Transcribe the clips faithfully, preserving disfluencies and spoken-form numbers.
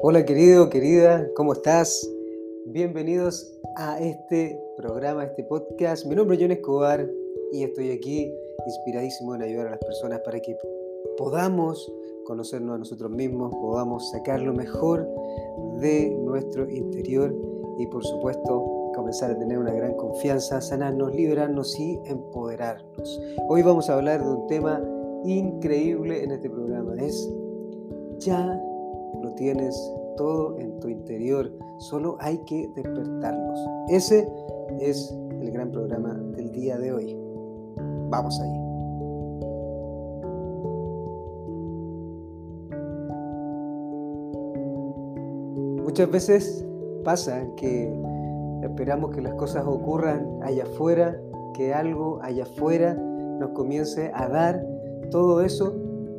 Hola querido, querida, ¿cómo estás? Bienvenidos a este programa, a este podcast. Mi nombre es John Escobar y estoy aquí inspiradísimo en ayudar a las personas para que podamos conocernos a nosotros mismos, podamos sacar lo mejor de nuestro interior y por supuesto comenzar a tener una gran confianza, sanarnos, liberarnos y empoderarnos. Hoy vamos a hablar de un tema increíble en este programa, es ya lo tienes todo en tu interior, solo hay que despertarlos. Ese es el gran programa del día de hoy. Vamos allá. Muchas veces pasa que esperamos que las cosas ocurran allá afuera, que algo allá afuera nos comience a dar todo eso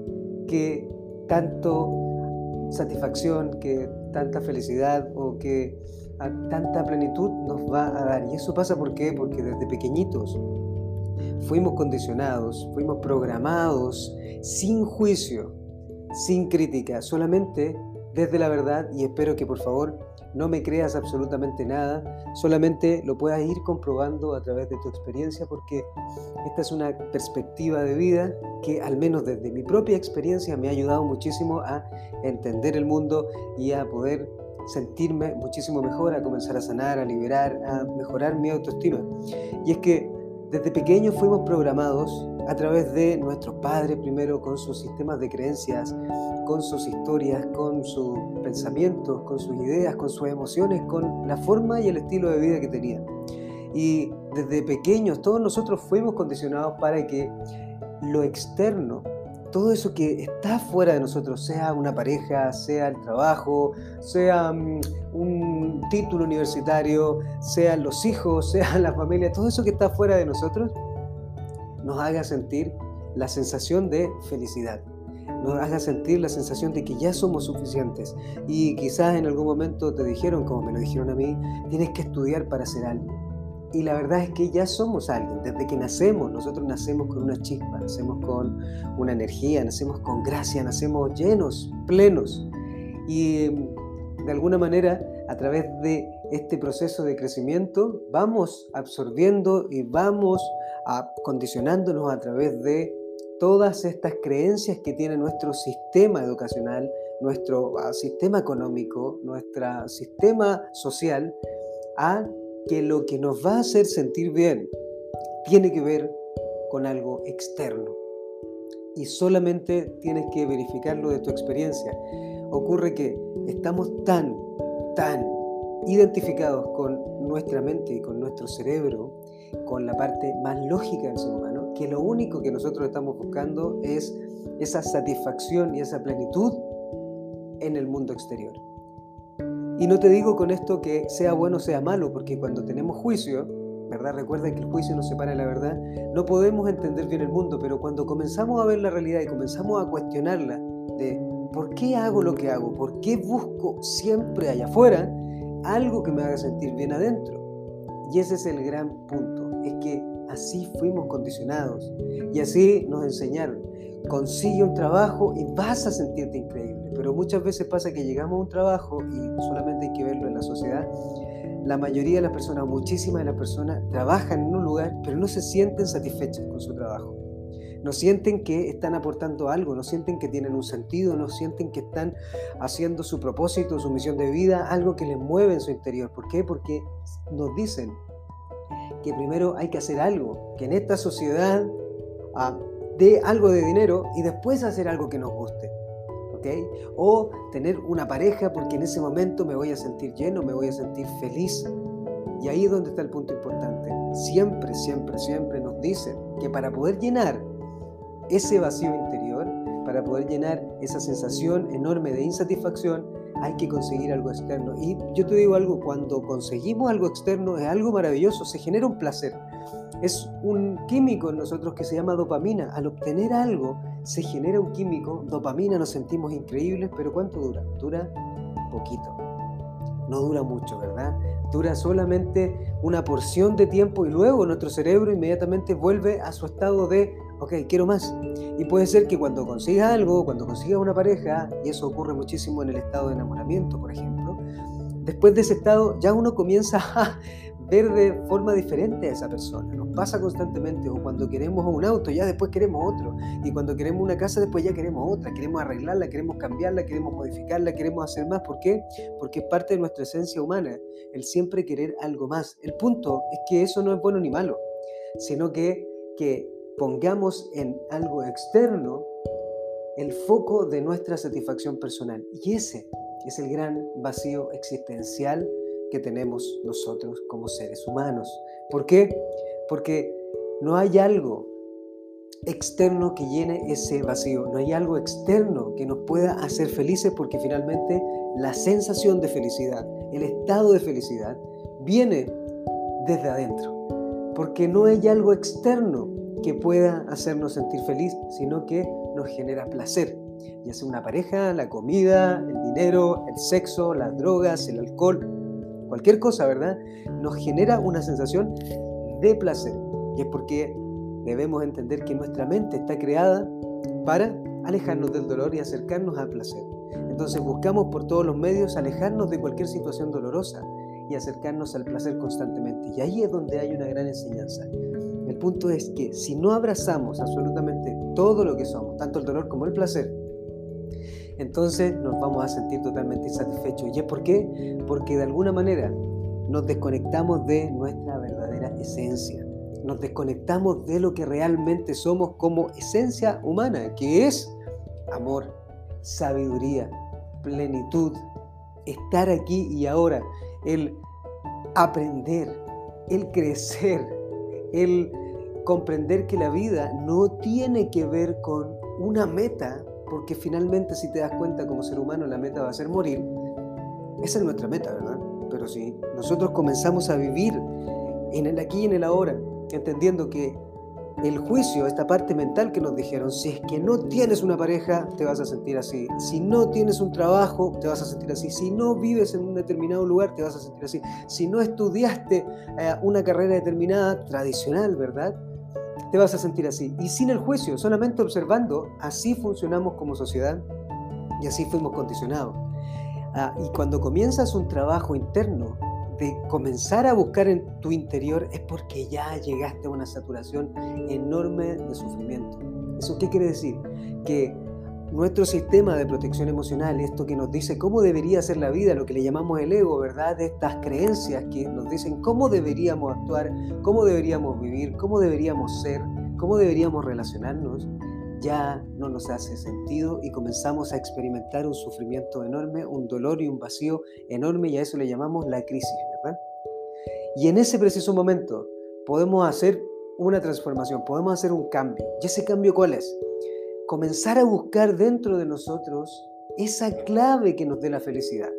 que tanto satisfacción, que tanta felicidad o que a tanta plenitud nos va a dar. Y eso pasa ¿por qué? Porque desde pequeñitos fuimos condicionados, fuimos programados sin juicio, sin crítica, solamente desde la verdad. Y espero que por favor no me creas absolutamente nada, solamente lo puedas ir comprobando a través de tu experiencia, porque esta es una perspectiva de vida que al menos desde mi propia experiencia me ha ayudado muchísimo a entender el mundo y a poder sentirme muchísimo mejor, a comenzar a sanar, a liberar, a mejorar mi autoestima. Y es que desde pequeños fuimos programados a través de nuestros padres primero, con sus sistemas de creencias, con sus historias, con sus pensamientos, con sus ideas, con sus emociones, con la forma y el estilo de vida que tenían. Y desde pequeños todos nosotros fuimos condicionados para que lo externo, todo eso que está fuera de nosotros, sea una pareja, sea el trabajo, sea um, un título universitario, sean los hijos, sea la familia, todo eso que está fuera de nosotros, nos haga sentir la sensación de felicidad, nos haga sentir la sensación de que ya somos suficientes. Y quizás en algún momento te dijeron, como me lo dijeron a mí, tienes que estudiar para ser alguien. Y la verdad es que ya somos alguien, desde que nacemos. Nosotros nacemos con una chispa, nacemos con una energía, nacemos con gracia, nacemos llenos, plenos. Y de alguna manera, a través de este proceso de crecimiento, vamos absorbiendo y vamos a condicionándonos a través de todas estas creencias que tiene nuestro sistema educacional, nuestro uh, sistema económico, nuestro sistema social, a que lo que nos va a hacer sentir bien tiene que ver con algo externo. Y solamente tienes que verificarlo de tu experiencia. Ocurre que estamos tan, tan identificados con nuestra mente y con nuestro cerebro, con la parte más lógica del ser humano, que lo único que nosotros estamos buscando es esa satisfacción y esa plenitud en el mundo exterior. Y no te digo con esto que sea bueno o sea malo, porque cuando tenemos juicio, ¿verdad? Recuerda que el juicio nos separa de la verdad, no podemos entender bien el mundo, pero cuando comenzamos a ver la realidad y comenzamos a cuestionarla de ¿por qué hago lo que hago? ¿Por qué busco siempre allá afuera algo que me haga sentir bien adentro? Y ese es el gran punto, es que así fuimos condicionados y así nos enseñaron. Consigue un trabajo y vas a sentirte increíble, pero muchas veces pasa que llegamos a un trabajo y solamente hay que verlo en la sociedad. La mayoría de las personas, muchísimas de las personas trabajan en un lugar, pero no se sienten satisfechas con su trabajo. No sienten que están aportando algo, no sienten que tienen un sentido, no sienten que están haciendo su propósito, su misión de vida, algo que les mueve en su interior. ¿Por qué? Porque nos dicen que primero hay que hacer algo, que en esta sociedad ah, dé algo de dinero y después hacer algo que nos guste. ¿Okay? O tener una pareja porque en ese momento me voy a sentir lleno, me voy a sentir feliz. Y ahí es donde está el punto importante. Siempre, siempre, siempre nos dicen que para poder llenar ese vacío interior, para poder llenar esa sensación enorme de insatisfacción, hay que conseguir algo externo. Y yo te digo algo, cuando conseguimos algo externo es algo maravilloso, se genera un placer. Es un químico en nosotros que se llama dopamina. Al obtener algo se genera un químico, dopamina, nos sentimos increíbles, pero ¿cuánto dura? Dura poquito. No dura mucho, ¿verdad? Dura solamente una porción de tiempo y luego nuestro cerebro inmediatamente vuelve a su estado de ok, quiero más. Y puede ser que cuando consigas algo, cuando consigas una pareja, y eso ocurre muchísimo en el estado de enamoramiento, por ejemplo, después de ese estado ya uno comienza a ver de forma diferente a esa persona. Nos pasa constantemente, o cuando queremos un auto, ya después queremos otro, y cuando queremos una casa, después ya queremos otra, queremos arreglarla, queremos cambiarla, queremos modificarla, queremos hacer más. ¿Por qué? Porque es parte de nuestra esencia humana, el siempre querer algo más. El punto es que eso no es bueno ni malo, sino que, que pongamos en algo externo el foco de nuestra satisfacción personal. Y ese es el gran vacío existencial que tenemos nosotros como seres humanos. ¿Por qué? Porque no hay algo externo que llene ese vacío, no hay algo externo que nos pueda hacer felices, porque finalmente la sensación de felicidad, el estado de felicidad, viene desde adentro, porque no hay algo externo que pueda hacernos sentir feliz, sino que nos genera placer, ya sea una pareja, la comida, el dinero, el sexo, las drogas, el alcohol, cualquier cosa, ¿verdad? Nos genera una sensación de placer, y es porque debemos entender que nuestra mente está creada para alejarnos del dolor y acercarnos al placer. Entonces buscamos por todos los medios alejarnos de cualquier situación dolorosa y acercarnos al placer constantemente, y ahí es donde hay una gran enseñanza. El punto es que si no abrazamos absolutamente todo lo que somos, tanto el dolor como el placer, entonces nos vamos a sentir totalmente insatisfechos. ¿Y es por qué? Porque de alguna manera nos desconectamos de nuestra verdadera esencia. Nos desconectamos de lo que realmente somos como esencia humana, que es amor, sabiduría, plenitud, estar aquí y ahora, el aprender, el crecer, el comprender que la vida no tiene que ver con una meta, porque finalmente, si te das cuenta, como ser humano, la meta va a ser morir. Esa es nuestra meta, ¿verdad? Pero si nosotros comenzamos a vivir en el aquí y en el ahora, entendiendo que el juicio, esta parte mental que nos dijeron, si es que no tienes una pareja, te vas a sentir así. Si no tienes un trabajo, te vas a sentir así. Si no vives en un determinado lugar, te vas a sentir así. Si no estudiaste eh, una carrera determinada, tradicional, ¿verdad?, te vas a sentir así. Y sin el juicio, solamente observando, así funcionamos como sociedad y así fuimos condicionados. Ah, y cuando comienzas un trabajo interno de comenzar a buscar en tu interior, es porque ya llegaste a una saturación enorme de sufrimiento. ¿Eso qué quiere decir? Que nuestro sistema de protección emocional, esto que nos dice cómo debería ser la vida, lo que le llamamos el ego, ¿verdad?, de estas creencias que nos dicen cómo deberíamos actuar, cómo deberíamos vivir, cómo deberíamos ser, cómo deberíamos relacionarnos, ya no nos hace sentido y comenzamos a experimentar un sufrimiento enorme, un dolor y un vacío enorme, y a eso le llamamos la crisis, ¿verdad? Y en ese preciso momento podemos hacer una transformación, podemos hacer un cambio. ¿Y ese cambio cuál es? Comenzar a buscar dentro de nosotros esa clave que nos dé la felicidad.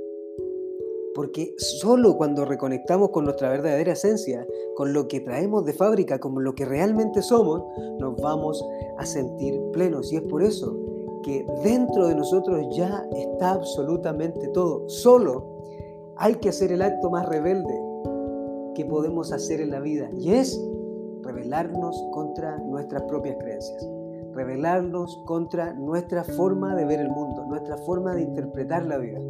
Porque solo cuando reconectamos con nuestra verdadera esencia, con lo que traemos de fábrica, con lo que realmente somos, nos vamos a sentir plenos. Y es por eso que dentro de nosotros ya está absolutamente todo. Solo hay que hacer el acto más rebelde que podemos hacer en la vida, y es rebelarnos contra nuestras propias creencias, rebelarnos contra nuestra forma de ver el mundo, nuestra forma de interpretar la vida,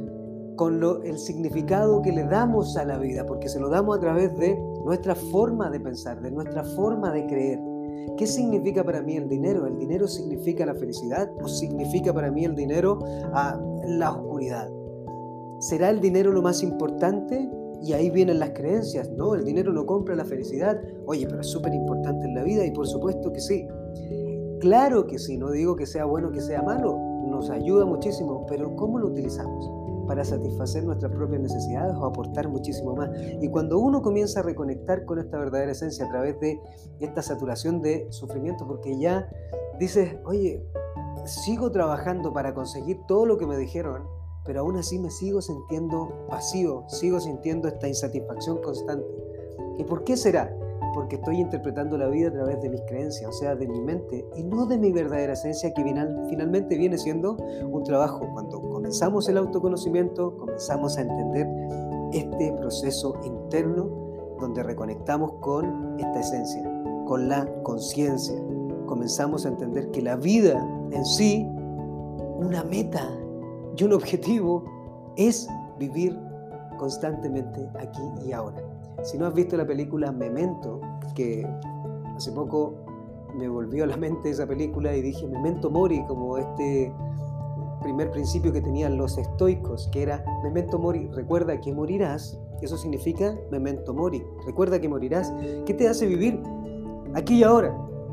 con lo, el significado que le damos a la vida, porque se lo damos a través de nuestra forma de pensar, de nuestra forma de creer. ¿Qué significa para mí el dinero? ¿El dinero significa la felicidad o significa para mí el dinero a la oscuridad? ¿Será el dinero lo más importante? Y ahí vienen las creencias. No, el dinero no compra la felicidad. Oye, pero es súper importante en la vida, y por supuesto que sí. Claro que sí, no digo que sea bueno, que sea malo, nos ayuda muchísimo, pero ¿cómo lo utilizamos? Para satisfacer nuestras propias necesidades o aportar muchísimo más. Y cuando uno comienza a reconectar con esta verdadera esencia a través de esta saturación de sufrimiento, porque ya dices, oye, sigo trabajando para conseguir todo lo que me dijeron, pero aún así me sigo sintiendo vacío, sigo sintiendo esta insatisfacción constante. ¿Y por qué será? Porque estoy interpretando la vida a través de mis creencias, o sea, de mi mente, y no de mi verdadera esencia, que final, finalmente viene siendo un trabajo. Cuando comenzamos el autoconocimiento, comenzamos a entender este proceso interno donde reconectamos con esta esencia, con la conciencia, comenzamos a entender que la vida en sí, una meta y un objetivo, es vivir constantemente aquí y ahora. Si no has visto la película Memento, que hace poco me volvió a la mente esa película y dije Memento Mori, como este primer principio que tenían los estoicos, que era Memento Mori, recuerda que morirás. Eso significa Memento Mori, recuerda que morirás. ¿Qué te hace vivir aquí y ahora?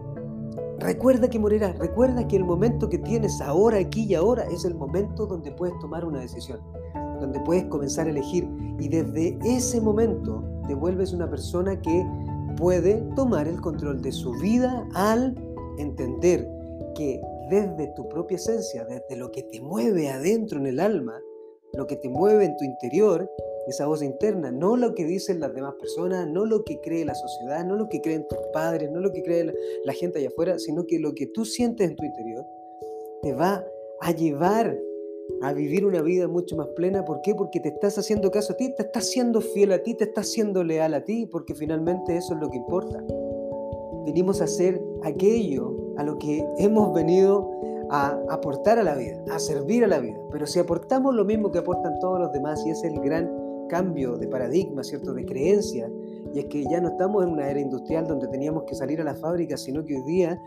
Recuerda que morirás, recuerda que el momento que tienes ahora, aquí y ahora, es el momento donde puedes tomar una decisión, donde puedes comenzar a elegir, y desde ese momento te vuelves una persona que puede tomar el control de su vida al entender que desde tu propia esencia, desde lo que te mueve adentro en el alma, lo que te mueve en tu interior, esa voz interna, no lo que dicen las demás personas, no lo que cree la sociedad, no lo que creen tus padres, no lo que cree la, la gente allá afuera, sino que lo que tú sientes en tu interior te va a llevar a vivir una vida mucho más plena. ¿Por qué? Porque te estás haciendo caso a ti, te estás siendo fiel a ti, te estás siendo leal a ti, porque finalmente eso es lo que importa. Venimos a hacer aquello a lo que hemos venido a aportar a la vida, a servir a la vida. Pero si aportamos lo mismo que aportan todos los demás, y es el gran cambio de paradigma, ¿cierto?, de creencia, y es que ya no estamos en una era industrial donde teníamos que salir a la fábrica, sino que hoy día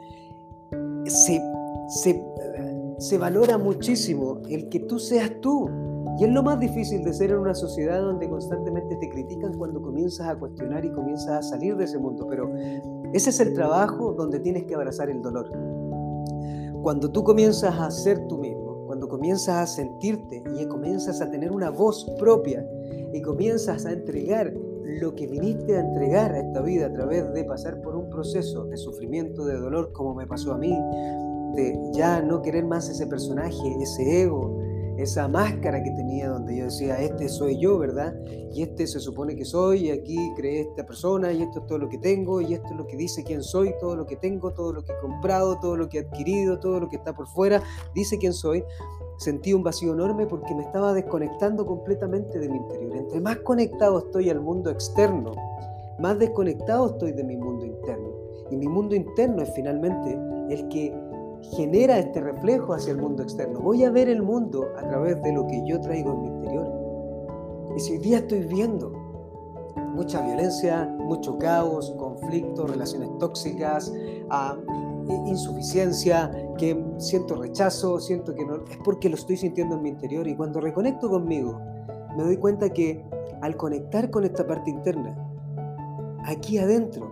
se, se, se valora muchísimo el que tú seas tú. Y es lo más difícil de ser en una sociedad donde constantemente te critican cuando comienzas a cuestionar y comienzas a salir de ese mundo. Pero ese es el trabajo donde tienes que abrazar el dolor. Cuando tú comienzas a ser tú mismo, cuando comienzas a sentirte y comienzas a tener una voz propia y comienzas a entregar lo que viniste a entregar a esta vida a través de pasar por un proceso de sufrimiento, de dolor, como me pasó a mí, de ya no querer más ese personaje, ese ego, esa máscara que tenía donde yo decía, este soy yo, ¿verdad? Y este se supone que soy, y aquí creé esta persona, y esto es todo lo que tengo, y esto es lo que dice quién soy, todo lo que tengo, todo lo que he comprado, todo lo que he adquirido, todo lo que está por fuera, dice quién soy. Sentí un vacío enorme porque me estaba desconectando completamente de mi interior. Entre más conectado estoy al mundo externo, más desconectado estoy de mi mundo interno. Y mi mundo interno es finalmente el que genera este reflejo hacia el mundo externo. Voy a ver el mundo a través de lo que yo traigo en mi interior. Y si hoy día estoy viendo mucha violencia, mucho caos, conflictos, relaciones tóxicas, uh, insuficiencia, que siento rechazo, siento que no, es porque lo estoy sintiendo en mi interior. Y cuando reconecto conmigo, me doy cuenta que al conectar con esta parte interna, aquí adentro,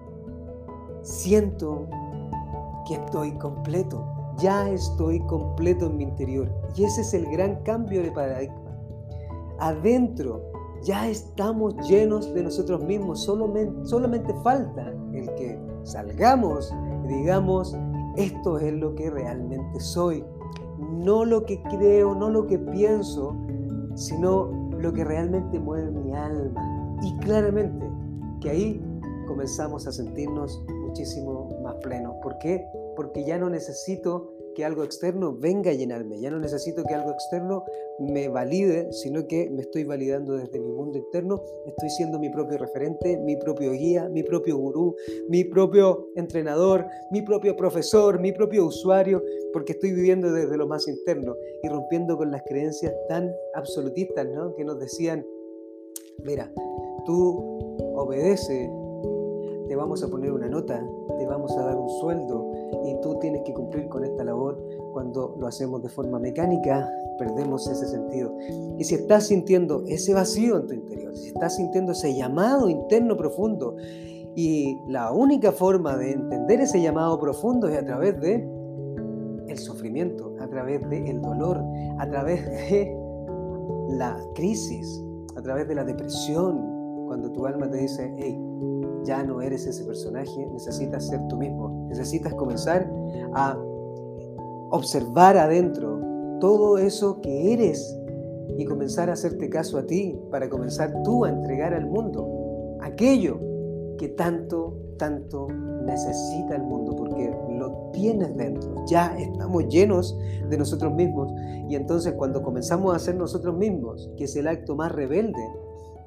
siento que estoy completo, ya estoy completo en mi interior. Y ese es el gran cambio de paradigma. Adentro ya estamos llenos de nosotros mismos, solamente, solamente falta el que salgamos y digamos, esto es lo que realmente soy. No lo que creo, no lo que pienso, sino lo que realmente mueve mi alma. Y claramente que ahí comenzamos a sentirnos muchísimo más plenos. ¿Por qué? Porque ya no necesito que algo externo venga a llenarme, ya no necesito que algo externo me valide, sino que me estoy validando desde mi mundo interno, estoy siendo mi propio referente, mi propio guía, mi propio gurú, mi propio entrenador, mi propio profesor, mi propio usuario, porque estoy viviendo desde lo más interno y rompiendo con las creencias tan absolutistas, ¿no?, que nos decían, mira, tú obedece, te vamos a poner una nota, te vamos a dar un sueldo y tú tienes que cumplir con esta labor. Cuando lo hacemos de forma mecánica, perdemos ese sentido. Y si estás sintiendo ese vacío en tu interior, si estás sintiendo ese llamado interno profundo, y la única forma de entender ese llamado profundo es a través de el sufrimiento, a través del dolor, a través de la crisis, a través de la depresión, cuando tu alma te dice, hey, ya no eres ese personaje, necesitas ser tú mismo, necesitas comenzar a observar adentro todo eso que eres y comenzar a hacerte caso a ti para comenzar tú a entregar al mundo aquello que tanto, tanto necesita el mundo, porque lo tienes dentro, ya estamos llenos de nosotros mismos. Y entonces cuando comenzamos a ser nosotros mismos, que es el acto más rebelde,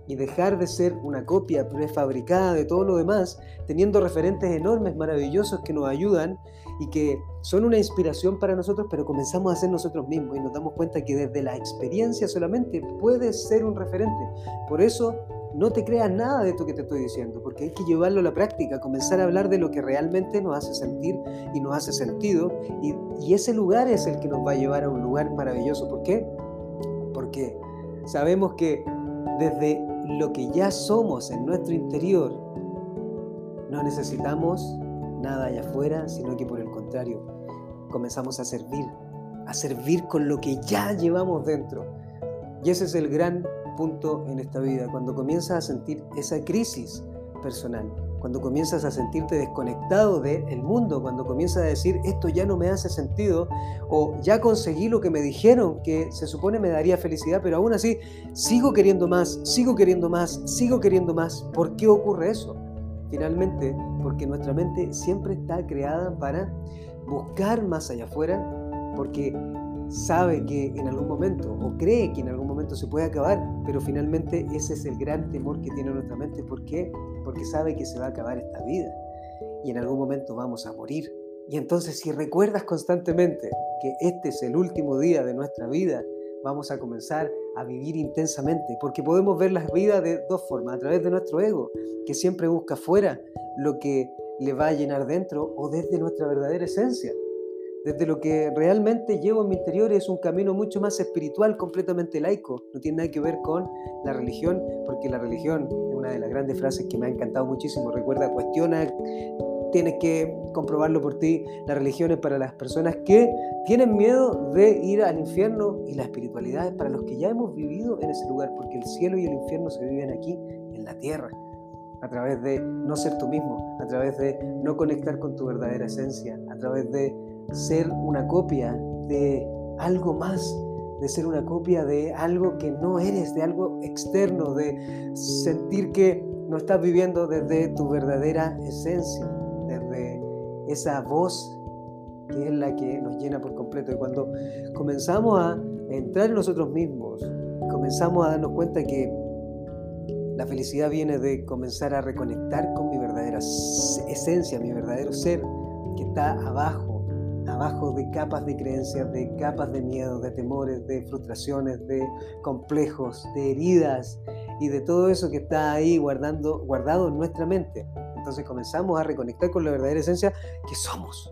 y dejar de ser una copia prefabricada de todo lo demás, teniendo referentes enormes, maravillosos que nos ayudan y que son una inspiración para nosotros, pero comenzamos a ser nosotros mismos y nos damos cuenta que desde la experiencia solamente puedes ser un referente. Por eso no te creas nada de esto que te estoy diciendo, porque hay que llevarlo a la práctica, comenzar a hablar de lo que realmente nos hace sentir y nos hace sentido, y, y ese lugar es el que nos va a llevar a un lugar maravilloso. ¿Por qué? Porque sabemos que desde lo que ya somos en nuestro interior, no necesitamos nada allá afuera, sino que por el contrario, comenzamos a servir, a servir con lo que ya llevamos dentro. Y ese es el gran punto en esta vida, cuando comienzas a sentir esa crisis personal, cuando comienzas a sentirte desconectado del mundo, cuando comienzas a decir, esto ya no me hace sentido, o ya conseguí lo que me dijeron que se supone me daría felicidad, pero aún así sigo queriendo más, sigo queriendo más, sigo queriendo más. ¿Por qué ocurre eso? Finalmente, porque nuestra mente siempre está creada para buscar más allá afuera, porque sabe que en algún momento, o cree que en algún momento se puede acabar, pero finalmente ese es el gran temor que tiene nuestra mente. ¿Por qué? Porque sabe que se va a acabar esta vida y en algún momento vamos a morir. Y entonces, si recuerdas constantemente que este es el último día de nuestra vida, vamos a comenzar a vivir intensamente, porque podemos ver la vida de dos formas: a través de nuestro ego, que siempre busca afuera lo que le va a llenar dentro, o desde nuestra verdadera esencia, desde lo que realmente llevo en mi interior. Es un camino mucho más espiritual, completamente laico, no tiene nada que ver con la religión, porque la religión es una de las grandes frases que me ha encantado muchísimo. Recuerda, cuestiona, tienes que comprobarlo por ti. La religión es para las personas que tienen miedo de ir al infierno, y la espiritualidad es para los que ya hemos vivido en ese lugar, porque el cielo y el infierno se viven aquí en la tierra, a través de no ser tú mismo, a través de no conectar con tu verdadera esencia, a través de ser una copia de algo más, de ser una copia de algo que no eres, de algo externo, de sentir que no estás viviendo desde tu verdadera esencia, desde esa voz que es la que nos llena por completo. Y cuando comenzamos a entrar en nosotros mismos, comenzamos a darnos cuenta que la felicidad viene de comenzar a reconectar con mi verdadera esencia, mi verdadero ser, que está abajo, abajo de capas de creencias, de capas de miedo, de temores, de frustraciones, de complejos, de heridas y de todo eso que está ahí guardando, guardado en nuestra mente. Entonces comenzamos a reconectar con la verdadera esencia que somos,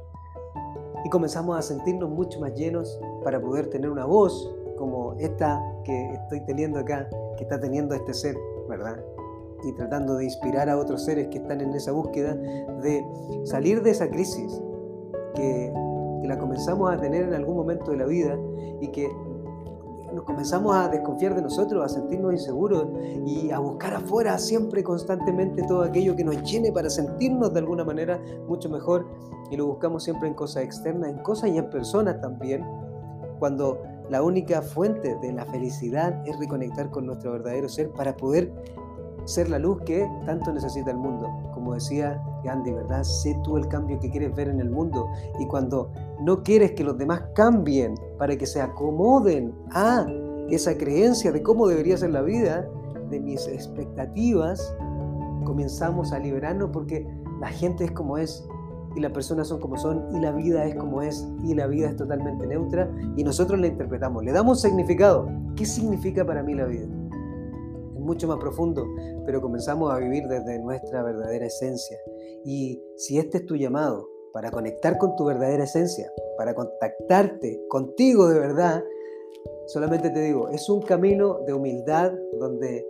y comenzamos a sentirnos mucho más llenos para poder tener una voz como esta que estoy teniendo acá, que está teniendo este ser, ¿verdad? Y tratando de inspirar a otros seres que están en esa búsqueda de salir de esa crisis que, que la comenzamos a tener en algún momento de la vida, y que nos comenzamos a desconfiar de nosotros, a sentirnos inseguros y a buscar afuera siempre, constantemente, todo aquello que nos llene para sentirnos de alguna manera mucho mejor, y lo buscamos siempre en cosas externas, en cosas y en personas también, cuando la única fuente de la felicidad es reconectar con nuestro verdadero ser para poder ser la luz que tanto necesita el mundo. Como decía Gandhi, ¿verdad? Sé tú el cambio que quieres ver en el mundo. Y cuando no quieres que los demás cambien para que se acomoden a esa creencia de cómo debería ser la vida, de mis expectativas, comenzamos a liberarnos, porque la gente es como es, y las personas son como son, y la vida es como es, y la vida es totalmente neutra, y nosotros la interpretamos, le damos un significado. ¿Qué significa para mí la vida? Es mucho más profundo, pero comenzamos a vivir desde nuestra verdadera esencia. Y si este es tu llamado para conectar con tu verdadera esencia, para contactarte contigo de verdad, solamente te digo, es un camino de humildad donde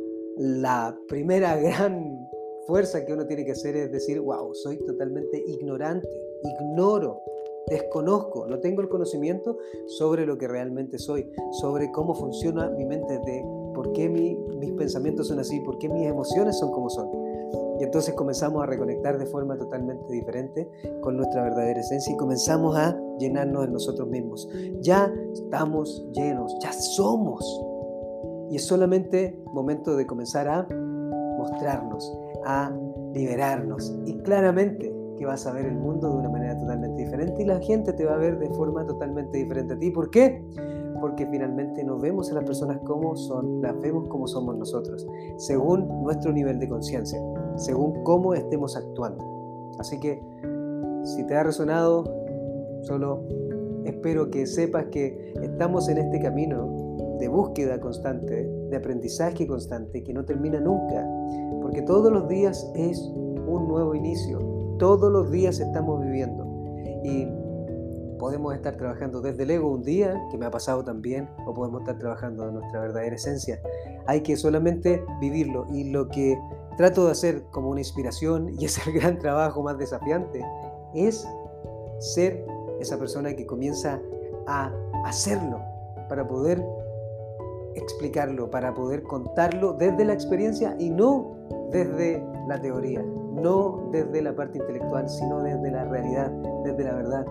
la primera gran fuerza que uno tiene que hacer es decir, wow, soy totalmente ignorante, ignoro, desconozco, no tengo el conocimiento sobre lo que realmente soy, sobre cómo funciona mi mente, de por qué mi, mis pensamientos son así, por qué mis emociones son como son. Y entonces comenzamos a reconectar de forma totalmente diferente con nuestra verdadera esencia, y comenzamos a llenarnos de nosotros mismos. Ya estamos llenos, ya somos. Y es solamente momento de comenzar a mostrarnos, a liberarnos, y claramente que vas a ver el mundo de una manera totalmente diferente, y la gente te va a ver de forma totalmente diferente a ti. ¿Por qué? porque finalmente no vemos a las personas como son, las vemos como somos nosotros, según nuestro nivel de conciencia, según cómo estemos actuando. Así que, si te ha resonado, solo espero que sepas que estamos en este camino de búsqueda constante, de aprendizaje constante, que no termina nunca, porque todos los días es un nuevo inicio, todos los días estamos viviendo, y podemos estar trabajando desde el ego un día, que me ha pasado también, o podemos estar trabajando en nuestra verdadera esencia. Hay que solamente vivirlo, y lo que trato de hacer como una inspiración, y es el gran trabajo más desafiante, es ser esa persona que comienza a hacerlo para poder explicarlo, para poder contarlo desde la experiencia y no desde la teoría, no desde la parte intelectual, sino desde la realidad, desde la verdad.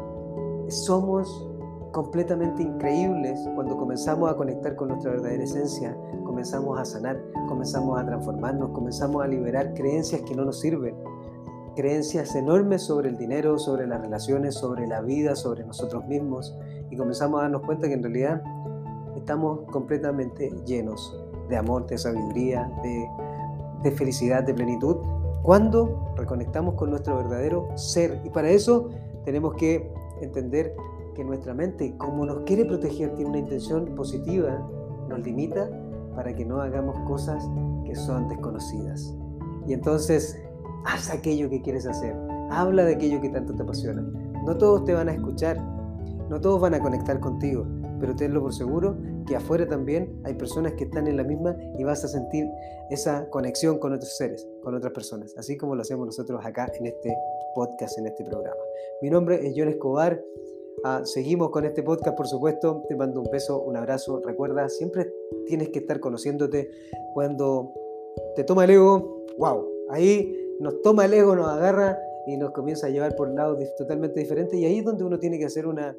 Somos completamente increíbles cuando comenzamos a conectar con nuestra verdadera esencia, comenzamos a sanar, comenzamos a transformarnos, comenzamos a liberar creencias que no nos sirven, creencias enormes sobre el dinero, sobre las relaciones, sobre la vida, sobre nosotros mismos, y comenzamos a darnos cuenta que en realidad estamos completamente llenos de amor, de sabiduría, de, de felicidad, de plenitud, cuando reconectamos con nuestro verdadero ser. Y para eso tenemos que entender que nuestra mente, como nos quiere proteger, tiene una intención positiva, nos limita para que no hagamos cosas que son desconocidas. Y entonces, haz aquello que quieres hacer, habla de aquello que tanto te apasiona. No todos te van a escuchar, no todos van a conectar contigo, pero tenlo por seguro que afuera también hay personas que están en la misma y vas a sentir esa conexión con otros seres, con otras personas, así como lo hacemos nosotros acá en este podcast, en este programa. Mi nombre es John Escobar. Ah, seguimos con este podcast, por supuesto. Te mando un beso, un abrazo. Recuerda, siempre tienes que estar conociéndote. Cuando te toma el ego, wow, ahí nos toma el ego, nos agarra y nos comienza a llevar por lados totalmente diferentes, y ahí es donde uno tiene que hacer una,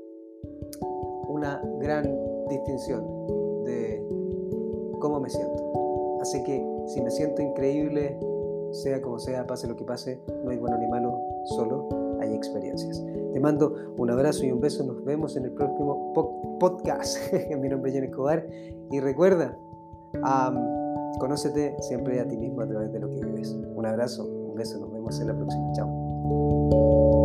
una gran distinción de cómo me siento. Así que si me siento increíble, sea como sea, pase lo que pase, no hay bueno ni malo, solo hay experiencias. Te mando un abrazo y un beso. Nos vemos en el próximo po- podcast. Mi nombre es John Escobar, y recuerda, um, conócete siempre a ti mismo a través de lo que vives. Un abrazo, un beso, nos vemos en la próxima. Chao.